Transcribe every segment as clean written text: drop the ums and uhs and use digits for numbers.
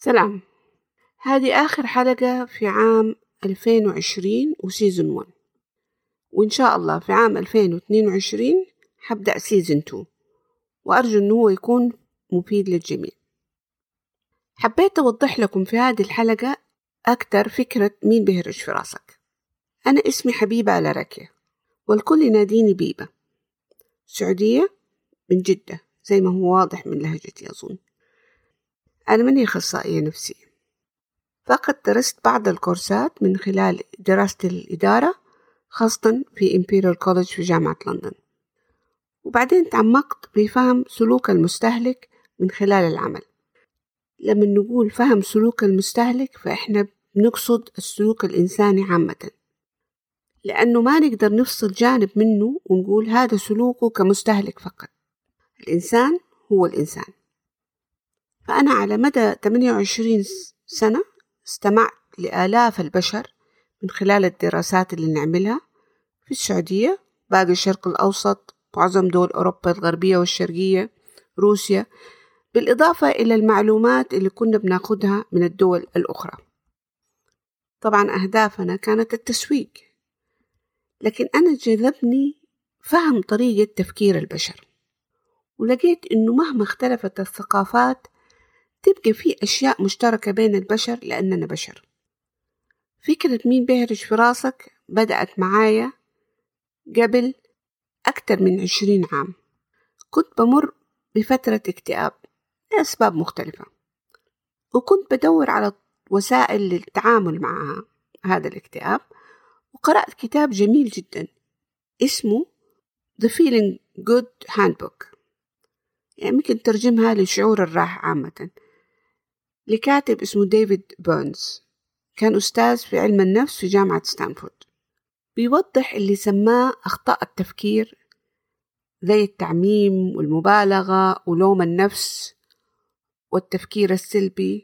سلام. هذه آخر حلقة في عام 2020 وسيزن 1، وإن شاء الله في عام 2022 حبدأ سيزن 2، وأرجو أنه هو يكون مفيد للجميع. حبيت أوضح لكم في هذه الحلقة أكتر فكرة مين بيهرج في راسك. أنا اسمي حبيبة على ركية، والكل يناديني بيبة. سعودية من جدة زي ما هو واضح من لهجتي أظن. أنا ماني أخصائية نفسية، فقط درست بعض الكورسات من خلال دراسة الإدارة خاصة في إمبيريال كوليدج في جامعة لندن، وبعدين تعمقت في فهم سلوك المستهلك من خلال العمل. لما نقول فهم سلوك المستهلك فإحنا بنقصد السلوك الإنساني عامة، لأنه ما نقدر نفصل جانب منه ونقول هذا سلوكه كمستهلك فقط. الإنسان هو الإنسان. فأنا على مدى 28 سنة استمعت لآلاف البشر من خلال الدراسات اللي نعملها في السعودية، باقي الشرق الأوسط، معظم دول أوروبا الغربية والشرقية، روسيا، بالإضافة إلى المعلومات اللي كنا بناخدها من الدول الأخرى. طبعا أهدافنا كانت التسويق، لكن أنا جذبني فهم طريقة تفكير البشر، ولقيت إنه مهما اختلفت الثقافات تبقى في أشياء مشتركة بين البشر لأننا بشر. فكرة مين بيهرج في راسك بدأت معايا قبل أكثر من 20 عام. كنت بمر بفترة اكتئاب لأسباب مختلفة، وكنت بدور على وسائل للتعامل مع هذا الاكتئاب، وقرأت كتاب جميل جدا اسمه The Feeling Good Handbook، يعني ممكن ترجمها لشعور الراحة عامة، لكاتب اسمه ديفيد بيرنز، كان أستاذ في علم النفس في جامعة ستانفورد. بيوضح اللي سماه أخطاء التفكير زي التعميم والمبالغة ولوم النفس والتفكير السلبي،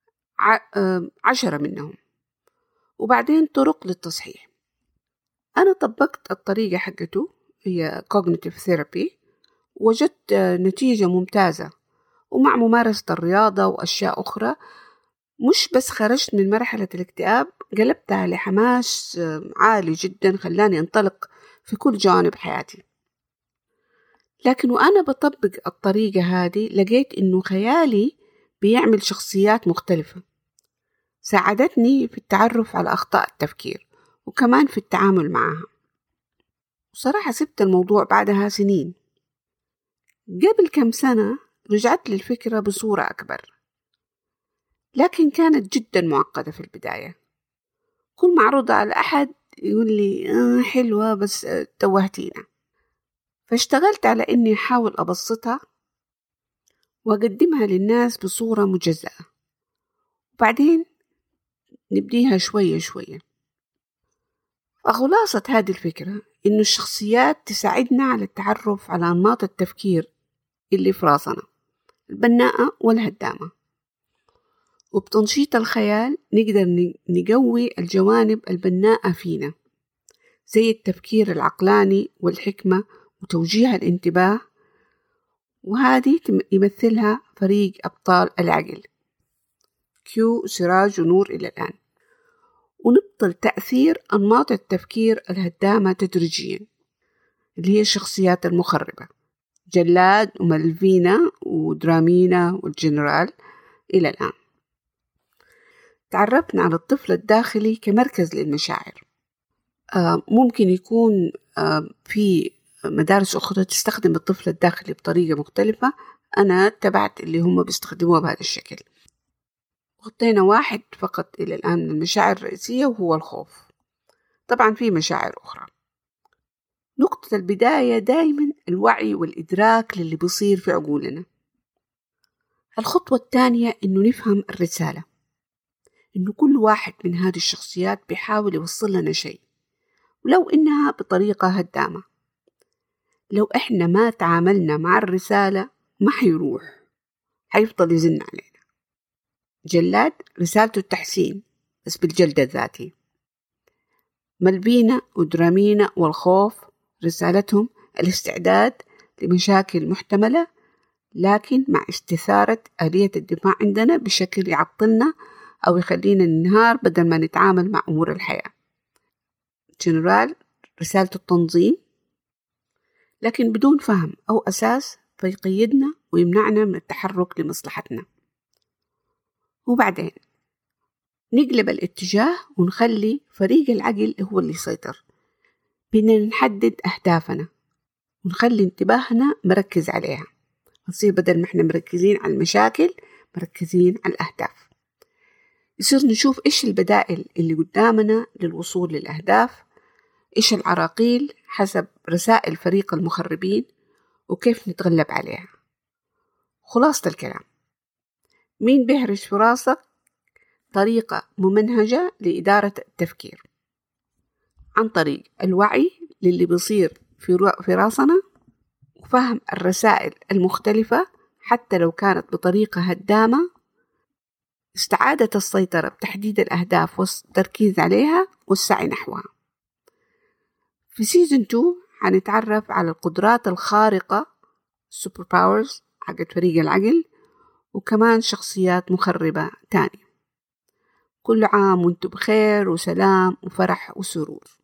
10 منهم، وبعدين طرق للتصحيح. أنا طبقت الطريقة حقته، هي Cognitive Therapy، وجدت نتيجة ممتازة، ومع ممارسة الرياضة وأشياء أخرى مش بس خرجت من مرحلة الاكتئاب، قلبتها لحماس عالي جدا خلاني انطلق في كل جوانب حياتي. لكن وأنا بطبق الطريقة هذه لقيت إنه خيالي بيعمل شخصيات مختلفة ساعدتني في التعرف على أخطاء التفكير وكمان في التعامل معها. وصراحة سبت الموضوع بعدها سنين. قبل كم سنة رجعت للفكرة بصورة أكبر، لكن كانت جدا معقدة في البداية. كل ما أعرضها على أحد يقول لي حلوة بس توهتينا. فاشتغلت على إني أحاول أبسطها وأقدمها للناس بصورة مجزأة، وبعدين نبديها شوية شوية. فخلاصة هذه الفكرة إنه الشخصيات تساعدنا على التعرف على أنماط التفكير اللي في راسنا، البناءة والهدامة، وبتنشيط الخيال نقدر نقوي الجوانب البناءة فينا زي التفكير العقلاني والحكمة وتوجيه الانتباه، وهذه يمثلها فريق أبطال العقل كيو، سراج ونور إلى الآن. ونبطل تأثير أنماط التفكير الهدامة تدريجيا اللي هي الشخصيات المخربة، جلاد ومالفينا ودرامينا والجنرال إلى الآن. تعرفنا على الطفل الداخلي كمركز للمشاعر. ممكن يكون في مدارس أخرى تستخدم الطفل الداخلي بطريقة مختلفة، أنا اتبعت اللي هم بيستخدموها بهذا الشكل. غطينا واحد فقط إلى الآن من المشاعر الرئيسية وهو الخوف. طبعا في مشاعر أخرى. نقطة البداية دائما الوعي والإدراك للي بيصير في عقولنا. الخطوة الثانية إنه نفهم الرسالة، إنه كل واحد من هذه الشخصيات بيحاول يوصل لنا شيء، ولو إنها بطريقة هدامة. لو إحنا ما تعاملنا مع الرسالة ما حيروح، حيفضل يزن علينا. جلاد رسالته التحسين بس بالجلد الذاتي. ملبينا ودرامينا والخوف رسالتهم الاستعداد لمشاكل محتملة لكن مع استثارة آلية الدفاع عندنا بشكل يعطلنا أو يخلينا ننهار بدل ما نتعامل مع أمور الحياة. جنرال رسالة التنظيم، لكن بدون فهم أو أساس فيقيدنا ويمنعنا من التحرك لمصلحتنا. وبعدين نقلب الاتجاه ونخلي فريق العقل هو اللي يسيطر، بدنا نحدد أهدافنا ونخلي انتباهنا مركز عليها، نصير بدل ما احنا مركزين على المشاكل مركزين على الأهداف. يصير نشوف إيش البدائل اللي قدامنا للوصول للأهداف، إيش العراقيل حسب رسائل فريق المخربين وكيف نتغلب عليها. خلاصة الكلام، مين بيهرج في راسك طريقة ممنهجة لإدارة التفكير عن طريق الوعي للي بيصير في راسنا وفهم الرسائل المختلفة حتى لو كانت بطريقة هدامة، استعادة السيطرة بتحديد الأهداف والتركيز عليها والسعي نحوها. في سيزن 2 هنتعرف على القدرات الخارقة super powers حقت فريق العقل وكمان شخصيات مخربة تانية. كل عام وانتم بخير وسلام وفرح وسرور.